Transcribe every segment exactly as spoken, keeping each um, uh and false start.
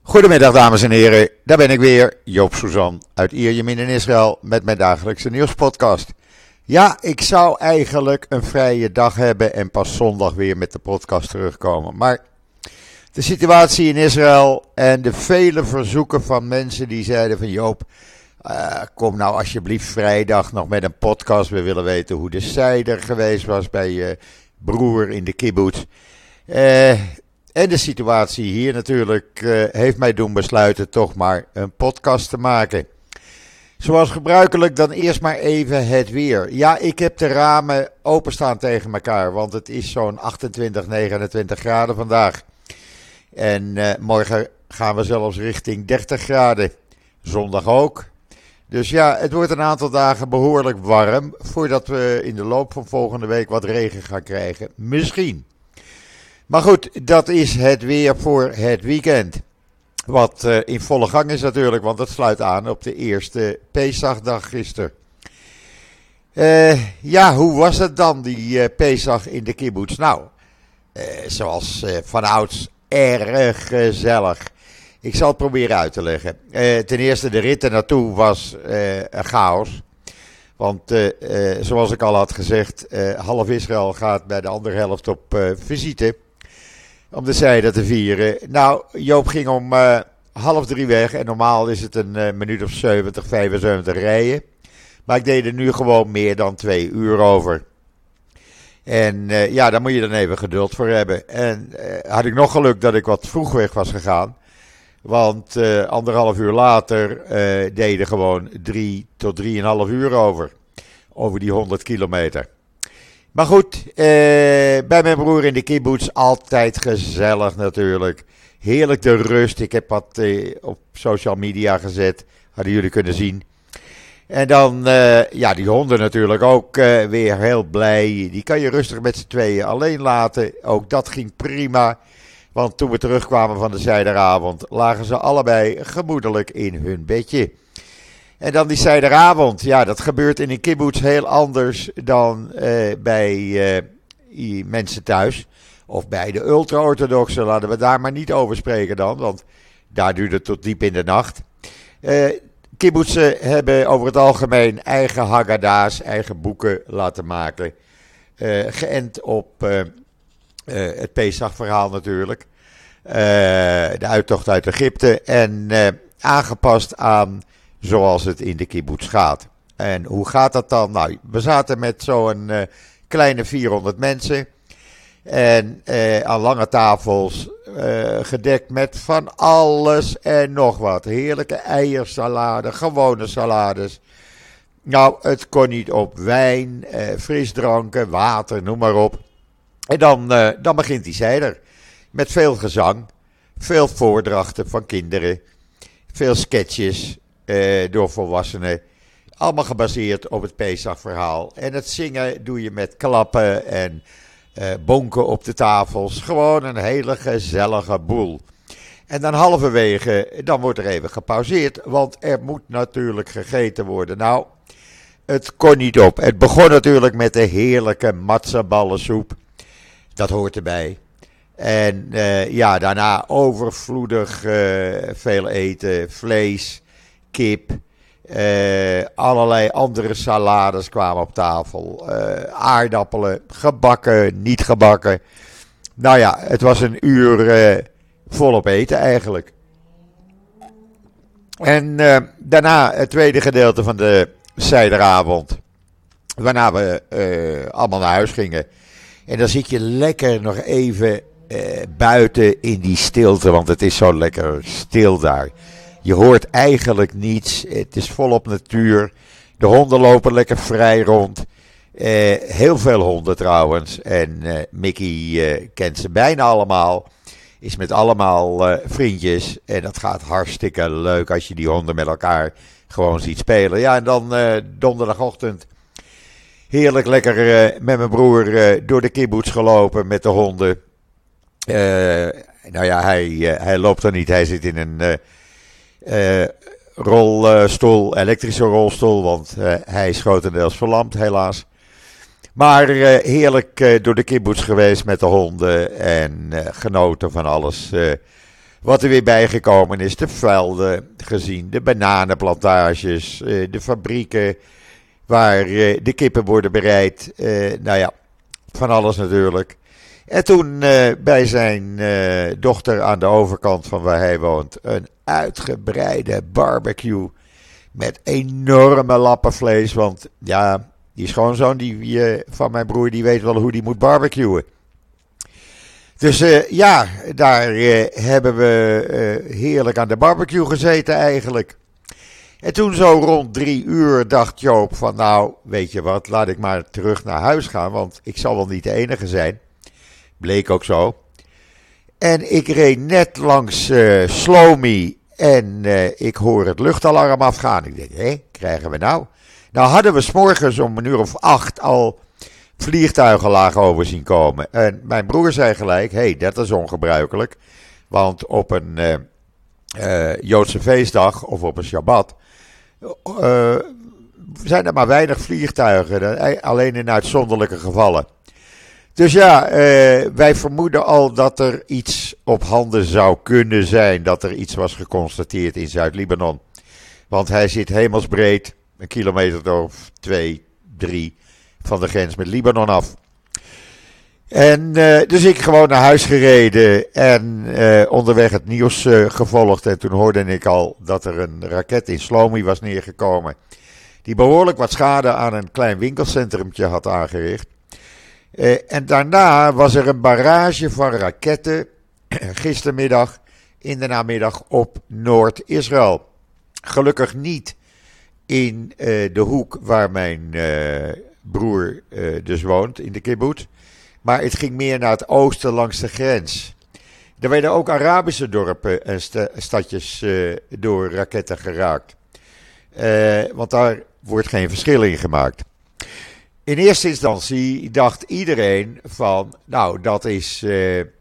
Goedemiddag dames en heren, daar ben ik weer, Joop Suzan uit Ierjemien in Israël met mijn dagelijkse nieuwspodcast. Ja, ik zou eigenlijk een vrije dag hebben en pas zondag weer met de podcast terugkomen. Maar de situatie in Israël en de vele verzoeken van mensen die zeiden van Joop, uh, kom nou alsjeblieft vrijdag nog met een podcast. We willen weten hoe de seider geweest was bij je broer in de kibbutz. Eh... Uh, En de situatie hier natuurlijk uh, heeft mij doen besluiten toch maar een podcast te maken. Zoals gebruikelijk dan eerst maar even het weer. Ja, ik heb de ramen openstaan tegen elkaar, want het is zo'n achtentwintig, negenentwintig graden vandaag. En uh, morgen gaan we zelfs richting dertig graden. Zondag ook. Dus ja, het wordt een aantal dagen behoorlijk warm, voordat we in de loop van volgende week wat regen gaan krijgen. Misschien. Maar goed, dat is het weer voor het weekend. Wat uh, in volle gang is natuurlijk, want het sluit aan op de eerste Pesachdag gisteren. Uh, ja, hoe was het dan, die uh, Pesach in de kibbutz? Nou, uh, zoals uh, vanouds erg gezellig. Ik zal het proberen uit te leggen. Uh, ten eerste, de rit er naartoe was uh, een chaos. Want uh, uh, zoals ik al had gezegd, uh, half Israël gaat bij de andere helft op uh, visite. Om de zijde te vieren. Nou, Joop ging om uh, half drie weg. En normaal is het een uh, minuut of zeventig, vijfenzeventig rijden. Maar ik deed er nu gewoon meer dan twee uur over. En uh, ja, daar moet je dan even geduld voor hebben. En uh, had ik nog geluk dat ik wat vroeg weg was gegaan. Want uh, anderhalf uur later uh, deden gewoon drie tot drieënhalf uur over. Over die honderd kilometer. Maar goed, eh, bij mijn broer in de kibbutz altijd gezellig natuurlijk. Heerlijk de rust. Ik heb wat eh, op social media gezet. Hadden jullie kunnen zien. En dan, eh, ja, die honden natuurlijk ook eh, weer heel blij. Die kan je rustig met z'n tweeën alleen laten. Ook dat ging prima. Want toen we terugkwamen van de zijderavond, lagen ze allebei gemoedelijk in hun bedje. En dan die zijderavond, ja, dat gebeurt in een kibbutz heel anders dan uh, bij uh, mensen thuis. Of bij de ultra-orthodoxen, laten we daar maar niet over spreken dan, want daar duurt het tot diep in de nacht. Uh, kibbutzen hebben over het algemeen eigen Haggada's, eigen boeken laten maken. Uh, geënt op uh, uh, het Pesach-verhaal natuurlijk. Uh, de uittocht uit Egypte en uh, aangepast aan zoals het in de kibbutz gaat. En hoe gaat dat dan? Nou, we zaten met zo'n uh, kleine vierhonderd mensen. En uh, aan lange tafels, uh, gedekt met van alles en nog wat. Heerlijke eiersalade, gewone salades. Nou, het kon niet op. Wijn, uh, frisdranken, water, noem maar op. En dan, uh, dan begint die seider. Met veel gezang, veel voordrachten van kinderen, veel sketches. Uh, door volwassenen. Allemaal gebaseerd op het Pesach-verhaal. En het zingen doe je met klappen en uh, bonken op de tafels. Gewoon een hele gezellige boel. En dan halverwege, dan wordt er even gepauzeerd. Want er moet natuurlijk gegeten worden. Nou, het kon niet op. Het begon natuurlijk met de heerlijke matzaballensoep. Dat hoort erbij. En uh, ja, daarna overvloedig uh, veel eten, vlees, kip, uh, allerlei andere salades kwamen op tafel. Uh, aardappelen, gebakken, niet gebakken. Nou ja, het was een uur uh, volop eten eigenlijk. En uh, daarna het tweede gedeelte van de zijderavond. Waarna we uh, allemaal naar huis gingen. En dan zit je lekker nog even uh, buiten in die stilte, want het is zo lekker stil daar. Je hoort eigenlijk niets. Het is volop natuur. De honden lopen lekker vrij rond. Uh, heel veel honden trouwens. En uh, Mickey uh, kent ze bijna allemaal. Is met allemaal uh, vriendjes. En dat gaat hartstikke leuk als je die honden met elkaar gewoon ziet spelen. Ja, en dan uh, donderdagochtend heerlijk lekker uh, met mijn broer uh, door de kibbutz gelopen met de honden. Uh, nou ja, hij, uh, hij loopt er niet. Hij zit in een uh, uh, rolstoel, elektrische rolstoel. Want uh, hij is grotendeels verlamd, helaas. Maar uh, heerlijk uh, door de kibbutz geweest met de honden. En uh, genoten van alles uh, wat er weer bijgekomen is, de velden gezien, de bananenplantages, uh, de fabrieken waar uh, de kippen worden bereid. Uh, nou ja, van alles natuurlijk. En toen uh, bij zijn uh, dochter aan de overkant van waar hij woont, een uitgebreide barbecue met enorme lappen vlees. Want ja, die schoonzoon die, uh, van mijn broer, die weet wel hoe die moet barbecuen. Dus uh, ja, daar uh, hebben we uh, heerlijk aan de barbecue gezeten eigenlijk. En toen zo rond drie uur dacht Joop van nou, weet je wat, laat ik maar terug naar huis gaan, want ik zal wel niet de enige zijn. Bleek ook zo. En ik reed net langs uh, Slomy en uh, ik hoor het luchtalarm afgaan. Ik denk, hé, krijgen we nou? Nou hadden we 's morgens om een uur of acht al vliegtuigen laag over zien komen. En mijn broer zei gelijk, hé, hey, dat is ongebruikelijk. Want op een uh, uh, Joodse feestdag of op een Shabbat uh, zijn er maar weinig vliegtuigen. Alleen in uitzonderlijke gevallen. Dus ja, uh, wij vermoeden al dat er iets op handen zou kunnen zijn. Dat er iets was geconstateerd in Zuid-Libanon. Want hij zit hemelsbreed, een kilometer of twee, drie van de grens met Libanon af. En uh, dus ik gewoon naar huis gereden en uh, onderweg het nieuws uh, gevolgd. En toen hoorde ik al dat er een raket in Slomy was neergekomen. Die behoorlijk wat schade aan een klein winkelcentrumtje had aangericht. Uh, en daarna was er een barrage van raketten gistermiddag in de namiddag op Noord-Israël. Gelukkig niet in uh, de hoek waar mijn uh, broer uh, dus woont, in de kibbutz. Maar het ging meer naar het oosten langs de grens. Er werden ook Arabische dorpen en st- stadjes uh, door raketten geraakt. Uh, want daar wordt geen verschil in gemaakt. In eerste instantie dacht iedereen van, nou dat is uh, uh,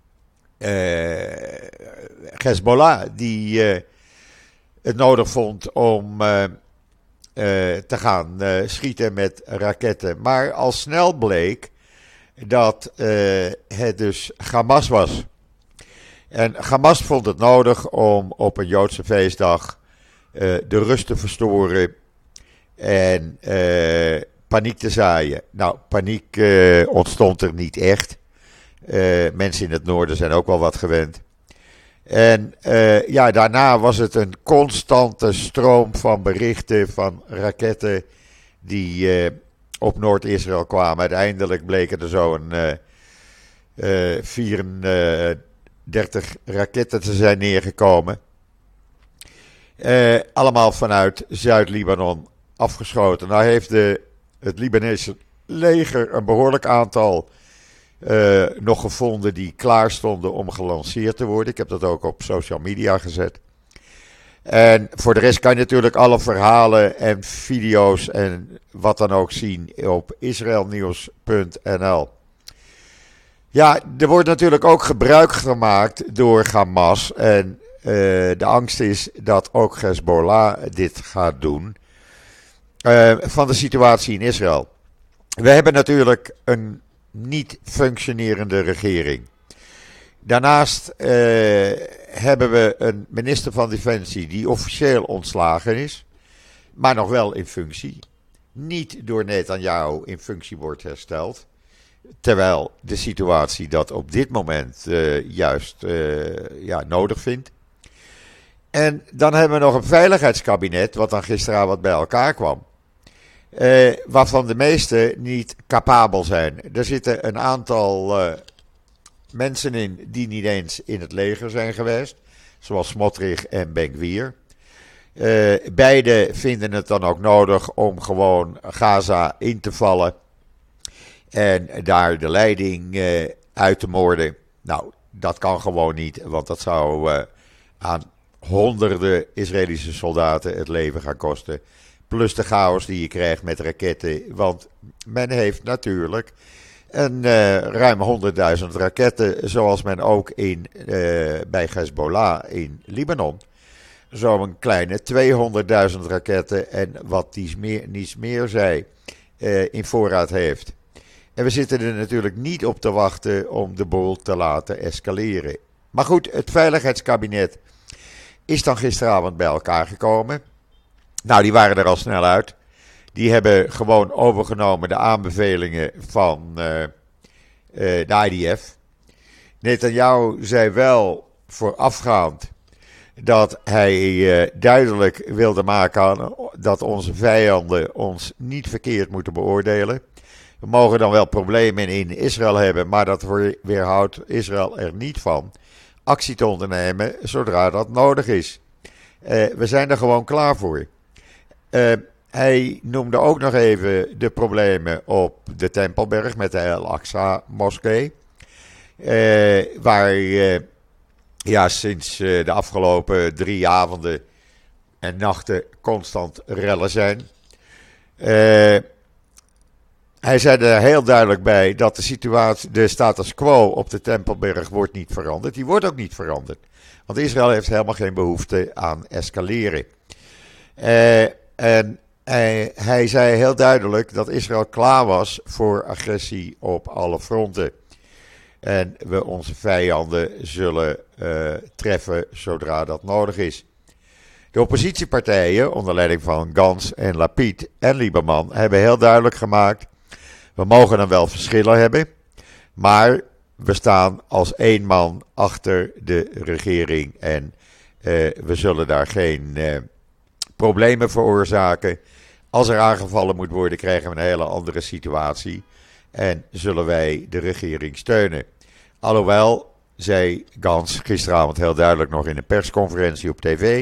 Hezbollah die uh, het nodig vond om uh, uh, te gaan uh, schieten met raketten. Maar al snel bleek dat uh, het dus Hamas was. En Hamas vond het nodig om op een Joodse feestdag uh, de rust te verstoren en uh, paniek te zaaien. Nou, paniek uh, ontstond er niet echt. Uh, mensen in het noorden zijn ook wel wat gewend. En uh, ja, daarna was het een constante stroom van berichten van raketten die uh, op Noord-Israël kwamen. Uiteindelijk bleken er zo'n uh, uh, vierendertig raketten te zijn neergekomen. Uh, allemaal vanuit Zuid-Libanon afgeschoten. Nou heeft de, het Libanese leger een behoorlijk aantal uh, nog gevonden die klaar stonden om gelanceerd te worden. Ik heb dat ook op social media gezet. En voor de rest kan je natuurlijk alle verhalen en video's en wat dan ook zien op israelnieuws punt n l. Ja, er wordt natuurlijk ook gebruik gemaakt door Hamas. En uh, de angst is dat ook Hezbollah dit gaat doen. Uh, van de situatie in Israël. We hebben natuurlijk een niet functionerende regering. Daarnaast uh, hebben we een minister van Defensie die officieel ontslagen is, maar nog wel in functie. Niet door Netanyahu in functie wordt hersteld, terwijl de situatie dat op dit moment uh, juist uh, ja, nodig vindt. En dan hebben we nog een veiligheidskabinet, wat dan gisteravond bij elkaar kwam. Uh, waarvan de meeste niet capabel zijn. Er zitten een aantal uh, mensen in die niet eens in het leger zijn geweest. Zoals Smotrich en Ben-Gvir. Uh, beide vinden het dan ook nodig om gewoon Gaza in te vallen. En daar de leiding uh, uit te moorden. Nou, dat kan gewoon niet. Want dat zou uh, aan honderden Israëlische soldaten het leven gaan kosten. Plus de chaos die je krijgt met raketten. Want men heeft natuurlijk een uh, ruim honderdduizend raketten. Zoals men ook in, uh, bij Hezbollah in Libanon. Zo'n kleine tweehonderdduizend raketten. En wat niets meer, niets meer zij uh, in voorraad heeft. En we zitten er natuurlijk niet op te wachten om de boel te laten escaleren. Maar goed, het Veiligheidskabinet is dan gisteravond bij elkaar gekomen. Nou, die waren er al snel uit. Die hebben gewoon overgenomen de aanbevelingen van uh, uh, de I D F. Netanyahu zei wel voorafgaand dat hij uh, duidelijk wilde maken dat onze vijanden ons niet verkeerd moeten beoordelen. We mogen dan wel problemen in Israël hebben, maar dat weerhoudt Israël er niet van actie te ondernemen zodra dat nodig is. Uh, we zijn er gewoon klaar voor. Uh, hij noemde ook nog even de problemen op de Tempelberg met de Al-Aqsa-moskee. Uh, waar uh, ja, sinds uh, de afgelopen drie avonden en nachten constant rellen zijn. Uh, hij zei er heel duidelijk bij dat de situatie, de status quo op de Tempelberg wordt niet veranderd. Die wordt ook niet veranderd. Want Israël heeft helemaal geen behoefte aan escaleren. Uh, en hij, hij zei heel duidelijk dat Israël klaar was voor agressie op alle fronten. En we onze vijanden zullen uh, treffen zodra dat nodig is. De oppositiepartijen, onder leiding van Gantz en Lapid en Lieberman, hebben heel duidelijk gemaakt: we mogen dan wel verschillen hebben, maar we staan als één man achter de regering en uh, we zullen daar geen uh, problemen veroorzaken. Als er aangevallen moet worden, krijgen we een hele andere situatie en zullen wij de regering steunen. Alhoewel, zei Gantz gisteravond heel duidelijk nog in een persconferentie op tv,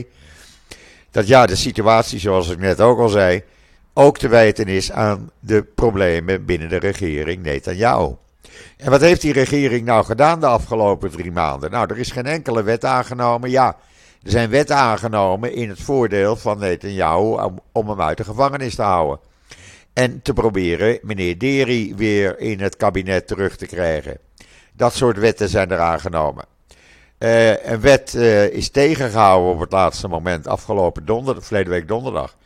dat ja, de situatie, zoals ik net ook al zei, ook te wijten is aan de problemen binnen de regering Netanyahu. En wat heeft die regering nou gedaan de afgelopen drie maanden? Nou, er is geen enkele wet aangenomen. Ja, er zijn wetten aangenomen in het voordeel van Netanyahu om, om hem uit de gevangenis te houden. En te proberen meneer Deri weer in het kabinet terug te krijgen. Dat soort wetten zijn er aangenomen. Uh, een wet uh, is tegengehouden op het laatste moment, afgelopen donderdag, verleden week donderdag.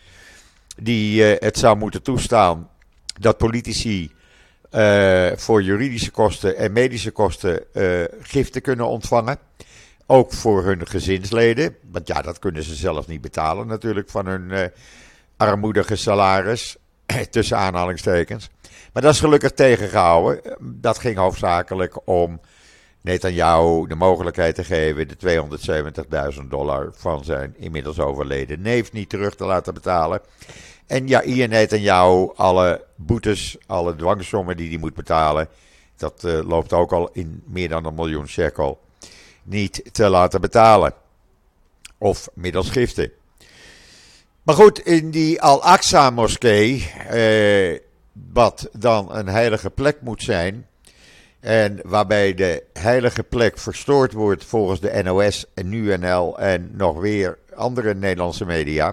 Die uh, het zou moeten toestaan dat politici uh, voor juridische kosten en medische kosten uh, giften kunnen ontvangen. Ook voor hun gezinsleden. Want ja, dat kunnen ze zelf niet betalen natuurlijk van hun uh, armoedige salaris. Tussen aanhalingstekens. Maar dat is gelukkig tegengehouden. Dat ging hoofdzakelijk om Netanyahu de mogelijkheid te geven de tweehonderdzeventigduizend dollar van zijn inmiddels overleden neef niet terug te laten betalen. En Yair Netanyahu alle boetes, alle dwangsommen die hij moet betalen, dat uh, loopt ook al in meer dan een miljoen shekel, niet te laten betalen. Of middels giften. Maar goed, in die Al-Aqsa-moskee, eh, wat dan een heilige plek moet zijn, en waarbij de heilige plek verstoord wordt volgens de N O S en N N L en nog weer andere Nederlandse media.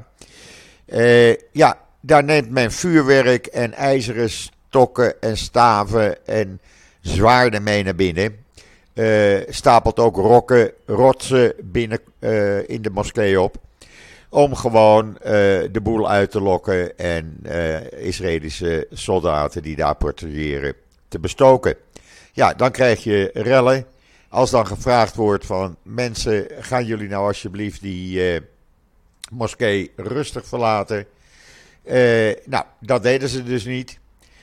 Eh, ja, daar neemt men vuurwerk en ijzeren stokken en staven en zwaarden mee naar binnen. Uh, stapelt ook rokken, rotsen binnen uh, in de moskee op. Om gewoon uh, de boel uit te lokken en uh, Israëlische soldaten die daar patrouilleren te bestoken. Ja, dan krijg je rellen. Als dan gevraagd wordt van mensen, gaan jullie nou alsjeblieft die uh, moskee rustig verlaten. Uh, nou, dat deden ze dus niet.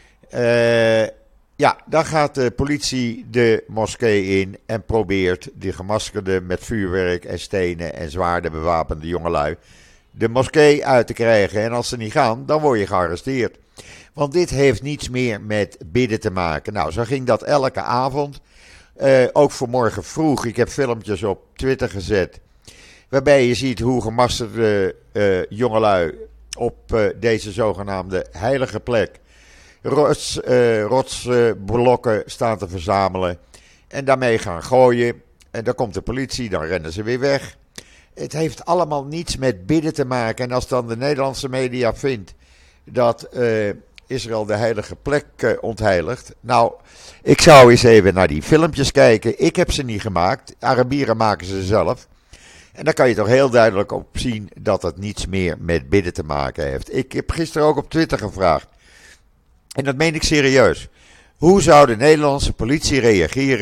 Uh, ja, dan gaat de politie de moskee in en probeert die gemaskerde met vuurwerk en stenen en zwaarden bewapende jongelui de moskee uit te krijgen. En als ze niet gaan, dan word je gearresteerd. Want dit heeft niets meer met bidden te maken. Nou, zo ging dat elke avond. Uh, ook vanmorgen vroeg. Ik heb filmpjes op Twitter gezet. Waarbij je ziet hoe gemaskerde uh, jongelui op uh, deze zogenaamde heilige plek rots, uh, rotsblokken uh, staan te verzamelen. En daarmee gaan gooien. En dan komt de politie, dan rennen ze weer weg. Het heeft allemaal niets met bidden te maken. En als dan de Nederlandse media vindt dat uh, Israël de heilige plek uh, ontheiligt. Nou, ik zou eens even naar die filmpjes kijken. Ik heb ze niet gemaakt. Arabieren maken ze zelf. En daar kan je toch heel duidelijk op zien dat het niets meer met bidden te maken heeft. Ik heb gisteren ook op Twitter gevraagd. En dat meen ik serieus. Hoe zou de Nederlandse politie reageren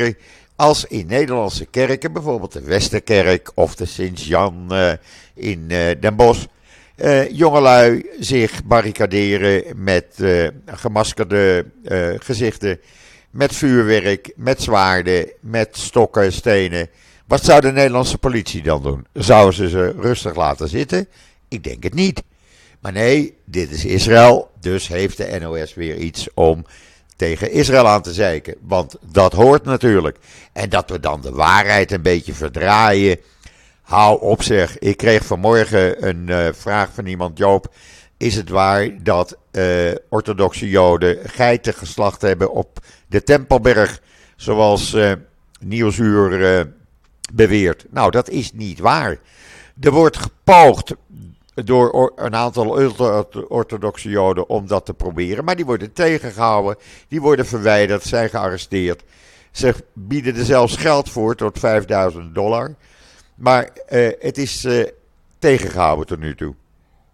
als in Nederlandse kerken, bijvoorbeeld de Westerkerk of de Sint-Jan uh, in uh, Den Bosch, uh, jongelui zich barricaderen met uh, gemaskerde uh, gezichten, met vuurwerk, met zwaarden, met stokken, stenen. Wat zou de Nederlandse politie dan doen? Zouden ze ze rustig laten zitten? Ik denk het niet. Maar nee, dit is Israël, dus heeft de N O S weer iets om tegen Israël aan te zeiken. Want dat hoort natuurlijk. En dat we dan de waarheid een beetje verdraaien. Hou op zeg. Ik kreeg vanmorgen een uh, vraag van iemand. Joop, is het waar dat uh, orthodoxe Joden geiten geslacht hebben op de Tempelberg? Zoals uh, Nieuwsuur uh, beweert. Nou, dat is niet waar. Er wordt gepoogd door een aantal ultra-orthodoxe Joden om dat te proberen. Maar die worden tegengehouden, die worden verwijderd, zijn gearresteerd. Ze bieden er zelfs geld voor, tot vijfduizend dollar. Maar uh, het is uh, tegengehouden tot nu toe.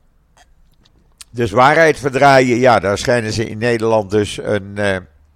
Dus waarheid verdraaien, ja, daar schijnen ze in Nederland dus een uh,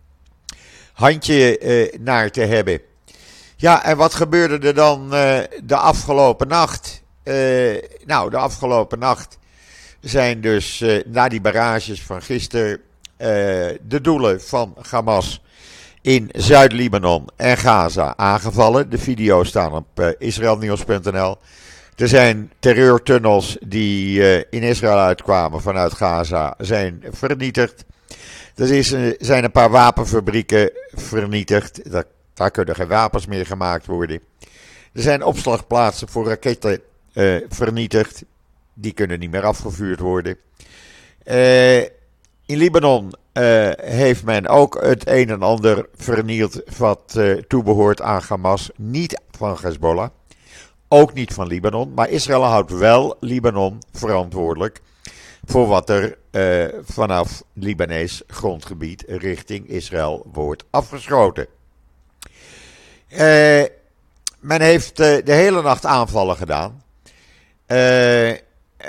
handje uh, naar te hebben. Ja, en wat gebeurde er dan uh, de afgelopen nacht? Uh, nou, de afgelopen nacht zijn dus uh, na die barrages van gisteren uh, de doelen van Hamas in Zuid-Libanon en Gaza aangevallen. De video's staan op uh, israelnieuws punt n l. Er zijn terreurtunnels die uh, in Israël uitkwamen vanuit Gaza zijn vernietigd. Er is, uh, zijn een paar wapenfabrieken vernietigd. Daar, daar kunnen geen wapens meer gemaakt worden. Er zijn opslagplaatsen voor raketten Uh, vernietigd. Die kunnen niet meer afgevuurd worden. Uh, in Libanon uh, heeft men ook het een en ander vernield wat uh, toebehoort aan Hamas. Niet van Hezbollah. Ook niet van Libanon. Maar Israël houdt wel Libanon verantwoordelijk voor wat er uh, vanaf Libanees grondgebied richting Israël wordt afgeschoten. Uh, men heeft uh, de hele nacht aanvallen gedaan. Uh, uh,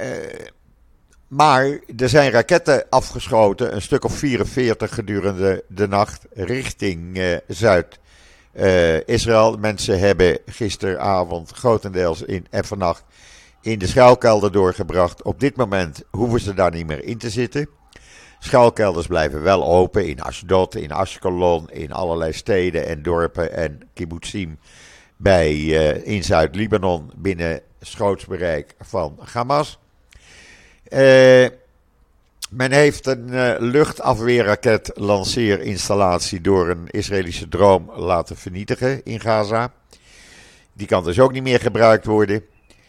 maar er zijn raketten afgeschoten, een stuk of vierenveertig gedurende de nacht richting uh, Zuid-Israël. Uh, Mensen hebben gisteravond grotendeels in, en vannacht in de schuilkelder doorgebracht. Op dit moment hoeven ze daar niet meer in te zitten. Schuilkelders blijven wel open in Ashdod, in Ashkelon, in allerlei steden en dorpen en kibbutzim bij, uh, in Zuid-Libanon binnen schootsbereik van Hamas. Uh, men heeft een uh, luchtafweerraket lanceerinstallatie door een Israëlische droom laten vernietigen in Gaza. Die kan dus ook niet meer gebruikt worden.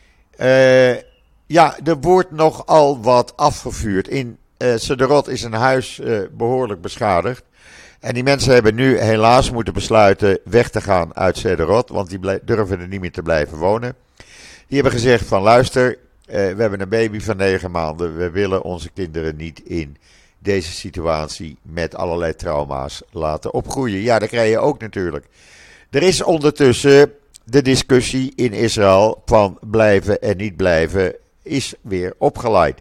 Uh, ja, er wordt nogal wat afgevuurd. In uh, Sderot is een huis uh, behoorlijk beschadigd. En die mensen hebben nu helaas moeten besluiten weg te gaan uit Sderot, want die blij- durven er niet meer te blijven wonen. Die hebben gezegd van luister, uh, we hebben een baby van negen maanden. We willen onze kinderen niet in deze situatie met allerlei trauma's laten opgroeien. Ja, dat krijg je ook natuurlijk. Er is ondertussen de discussie in Israël van blijven en niet blijven is weer opgeleid.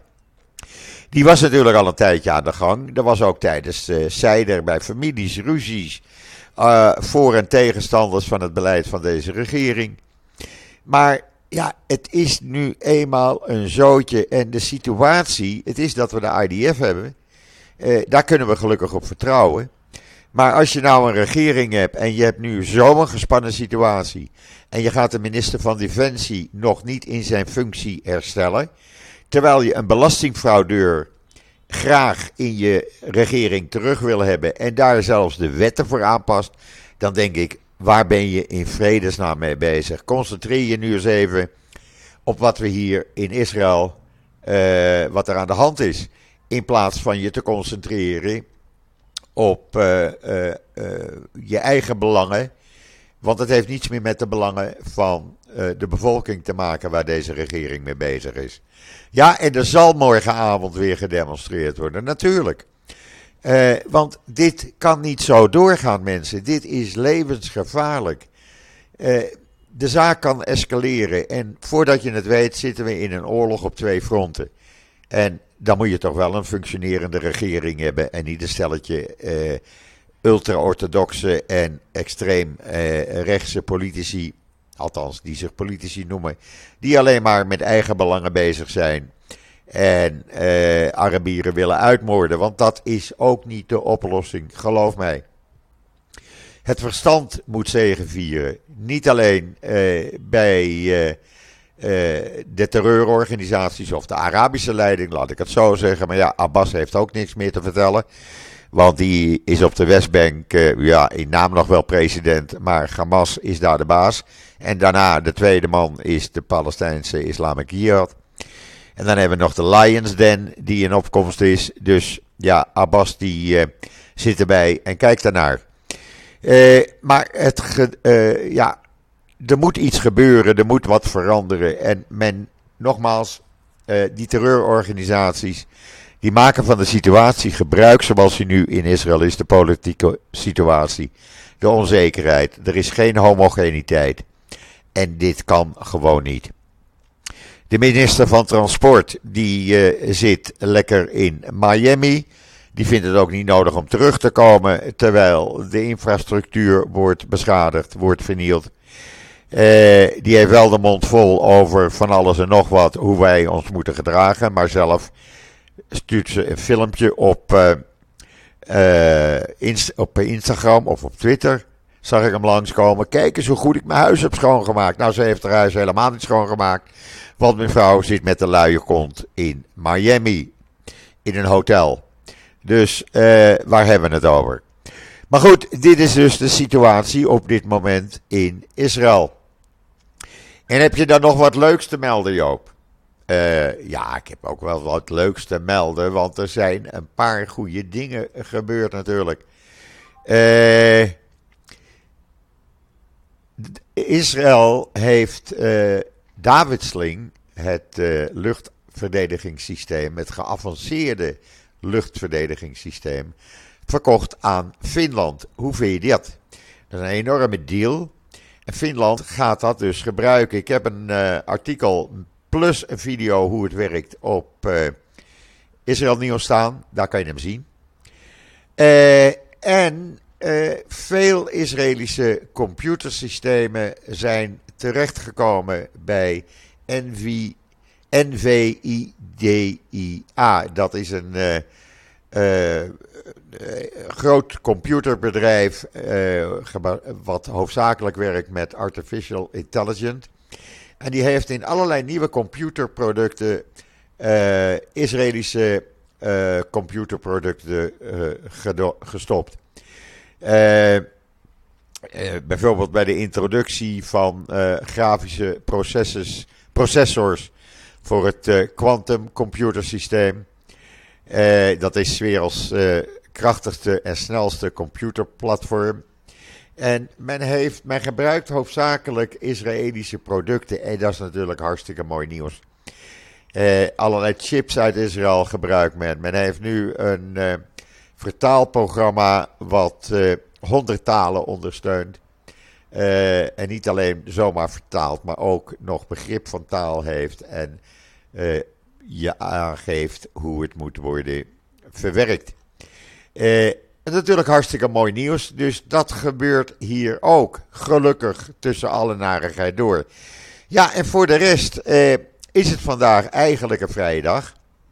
Die was natuurlijk al een tijdje aan de gang. Er was ook tijdens uh, Seider bij families, ruzies, uh, voor- en tegenstanders van het beleid van deze regering. Maar ja, het is nu eenmaal een zootje en de situatie, het is dat we de I D F hebben, uh, daar kunnen we gelukkig op vertrouwen. Maar als je nou een regering hebt en je hebt nu zo'n gespannen situatie en je gaat de minister van Defensie nog niet in zijn functie herstellen, terwijl je een belastingfraudeur graag in je regering terug wil hebben en daar zelfs de wetten voor aanpast, dan denk ik, waar ben je in vredesnaam mee bezig? Concentreer je nu eens even op wat we hier in Israël, uh, wat er aan de hand is, in plaats van je te concentreren op uh, uh, uh, je eigen belangen. Want het heeft niets meer met de belangen van uh, de bevolking te maken waar deze regering mee bezig is. Ja, en er zal morgenavond weer gedemonstreerd worden, natuurlijk. Uh, want dit kan niet zo doorgaan, mensen. Dit is levensgevaarlijk. Uh, de zaak kan escaleren en voordat je het weet zitten we in een oorlog op twee fronten. En dan moet je toch wel een functionerende regering hebben en niet een stelletje uh, ultra-orthodoxe en extreem eh, rechtse politici, althans die zich politici noemen, die alleen maar met eigen belangen bezig zijn en eh, Arabieren willen uitmoorden. Want dat is ook niet de oplossing, geloof mij. Het verstand moet zegevieren. Niet alleen eh, bij eh, eh, de terreurorganisaties of de Arabische leiding, laat ik het zo zeggen. Maar ja, Abbas heeft ook niks meer te vertellen. Want die is op de Westbank, uh, ja, in naam nog wel president, maar Hamas is daar de baas. En daarna, de tweede man, is de Palestijnse Islamic Jihad. En dan hebben we nog de Lions Den, die in opkomst is. Dus ja, Abbas die uh, zit erbij en kijkt daarnaar. Uh, maar het, ge, uh, ja, er moet iets gebeuren, er moet wat veranderen. En men, nogmaals, uh, die terreurorganisaties, die maken van de situatie gebruik zoals die nu in Israël is, de politieke situatie, de onzekerheid. Er is geen homogeniteit. En dit kan gewoon niet. De minister van Transport, die uh, zit lekker in Miami. Die vindt het ook niet nodig om terug te komen, terwijl de infrastructuur wordt beschadigd, wordt vernield. Uh, die heeft wel de mond vol over van alles en nog wat, hoe wij ons moeten gedragen, maar zelf stuurt ze een filmpje op, uh, uh, inst- op Instagram of op Twitter. Zag ik hem langskomen. Kijk eens hoe goed ik mijn huis heb schoongemaakt. Nou, ze heeft haar huis helemaal niet schoongemaakt. Want mevrouw zit met de luie kont in Miami. In een hotel. Dus uh, waar hebben we het over? Maar goed, dit is dus de situatie op dit moment in Israël. En heb je dan nog wat leuks te melden, Joop? Uh, ja, ik heb ook wel wat leuks te melden, want er zijn een paar goede dingen gebeurd natuurlijk. Uh, Israël heeft uh, Davidsling, het uh, luchtverdedigingssysteem, het geavanceerde luchtverdedigingssysteem, verkocht aan Finland. Hoe vind je dat? Dat is een enorme deal. En Finland gaat dat dus gebruiken. Ik heb een uh, artikel plus een video hoe het werkt op uh, Israël Nieuws staan. Daar kan je hem zien. Uh, en uh, veel Israëlische computersystemen zijn terechtgekomen bij N V I D I A. Dat is een uh, uh, groot computerbedrijf uh, geba- wat hoofdzakelijk werkt met artificial intelligence. En die heeft in allerlei nieuwe computerproducten, uh, Israëlische uh, computerproducten uh, gedo- gestopt. Uh, uh, bijvoorbeeld bij de introductie van uh, grafische processors, processors voor het uh, quantum computersysteem. Uh, dat is 's werelds uh, krachtigste en snelste computerplatform. En men, heeft, men gebruikt hoofdzakelijk Israëlische producten. En dat is natuurlijk hartstikke mooi nieuws. Uh, allerlei chips uit Israël gebruikt men. Men heeft nu een uh, vertaalprogramma wat uh, honderd talen ondersteunt. Uh, en niet alleen zomaar vertaalt, maar ook nog begrip van taal heeft. En uh, je aangeeft hoe het moet worden verwerkt. Uh, natuurlijk hartstikke mooi nieuws. Dus dat gebeurt hier ook. Gelukkig tussen alle narigheid door. Ja, en voor de rest uh, is het vandaag eigenlijk een vrije dag.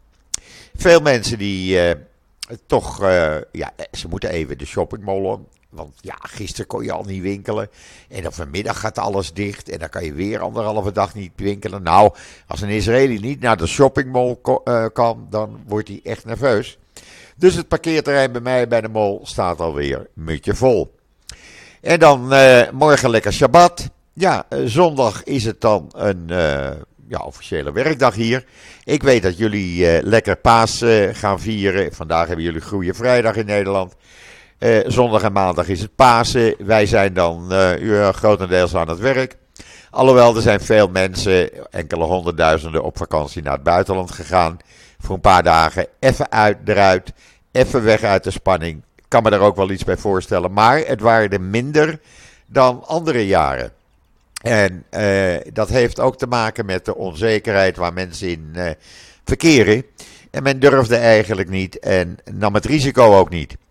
Veel mensen die uh, toch, uh, ja, ze moeten even de shoppingmall om. Want ja, gisteren kon je al niet winkelen. En dan vanmiddag gaat alles dicht. En dan kan je weer anderhalve dag niet winkelen. Nou, als een Israëli niet naar de shoppingmall ko- uh, kan, dan wordt hij echt nerveus. Dus het parkeerterrein bij mij bij de mall staat alweer mutje vol. En dan uh, morgen lekker Shabbat. Ja, uh, zondag is het dan een uh, ja, officiële werkdag hier. Ik weet dat jullie uh, lekker Paas uh, gaan vieren. Vandaag hebben jullie Goeie Vrijdag in Nederland. Uh, zondag en maandag is het Pasen. Wij zijn dan uh, grotendeels aan het werk. Alhoewel, er zijn veel mensen, enkele honderdduizenden, op vakantie naar het buitenland gegaan. Voor een paar dagen. Even uit, eruit. Even weg uit de spanning. Ik kan me daar ook wel iets bij voorstellen. Maar het waren er minder dan andere jaren. En uh, dat heeft ook te maken met de onzekerheid waar mensen in uh, verkeren. En men durfde eigenlijk niet en nam het risico ook niet.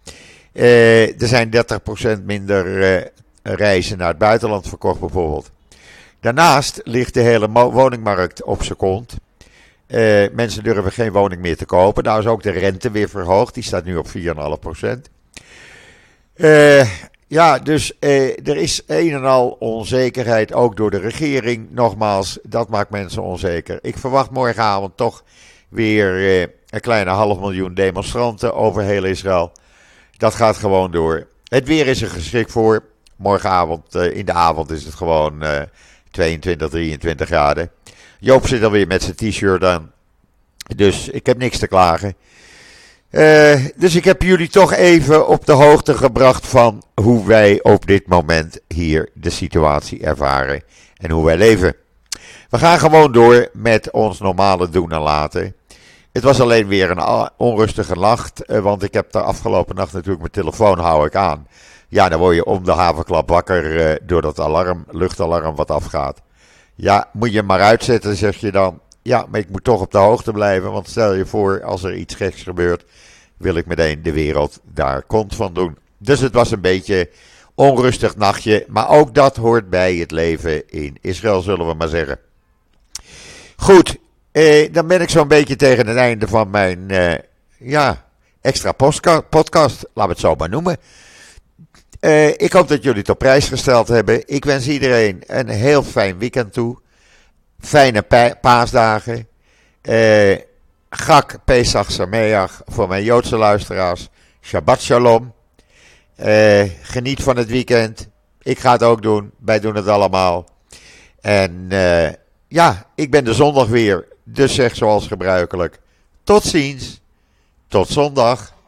Uh, er zijn dertig procent minder uh, reizen naar het buitenland verkocht bijvoorbeeld. Daarnaast ligt de hele mo- woningmarkt op zijn kont. Uh, mensen durven geen woning meer te kopen. Nou is ook de rente weer verhoogd. Die staat nu op vier komma vijf procent. Uh, ja, dus uh, er is een en al onzekerheid, ook door de regering. Nogmaals, dat maakt mensen onzeker. Ik verwacht morgenavond toch weer uh, een kleine half miljoen demonstranten over heel Israël. Dat gaat gewoon door. Het weer is er geschikt voor. Morgenavond, uh, in de avond is het gewoon uh, tweeëntwintig, drieëntwintig graden. Joop zit alweer met zijn t-shirt aan. Dus ik heb niks te klagen. Uh, dus ik heb jullie toch even op de hoogte gebracht van hoe wij op dit moment hier de situatie ervaren en hoe wij leven. We gaan gewoon door met ons normale doen en laten. Het was alleen weer een onrustige nacht, uh, want ik heb de afgelopen nacht natuurlijk mijn telefoon hou ik aan. Ja, dan word je om de haverklap wakker uh, door dat alarm, luchtalarm wat afgaat. Ja, moet je maar uitzetten, zeg je dan. Ja, maar ik moet toch op de hoogte blijven, want stel je voor, als er iets geks gebeurt, wil ik meteen de wereld daar kont van doen. Dus het was een beetje onrustig nachtje, maar ook dat hoort bij het leven in Israël, zullen we maar zeggen. Goed, eh, dan ben ik zo'n beetje tegen het einde van mijn eh, ja, extra postka- podcast, laten we het zo maar noemen. Uh, ik hoop dat jullie het op prijs gesteld hebben. Ik wens iedereen een heel fijn weekend toe. Fijne pa- paasdagen. Uh, Gak Pesach Sameach voor mijn Joodse luisteraars. Shabbat Shalom. Uh, geniet van het weekend. Ik ga het ook doen. Wij doen het allemaal. En uh, ja, ik ben de zondag weer. Dus zeg zoals gebruikelijk. Tot ziens. Tot zondag.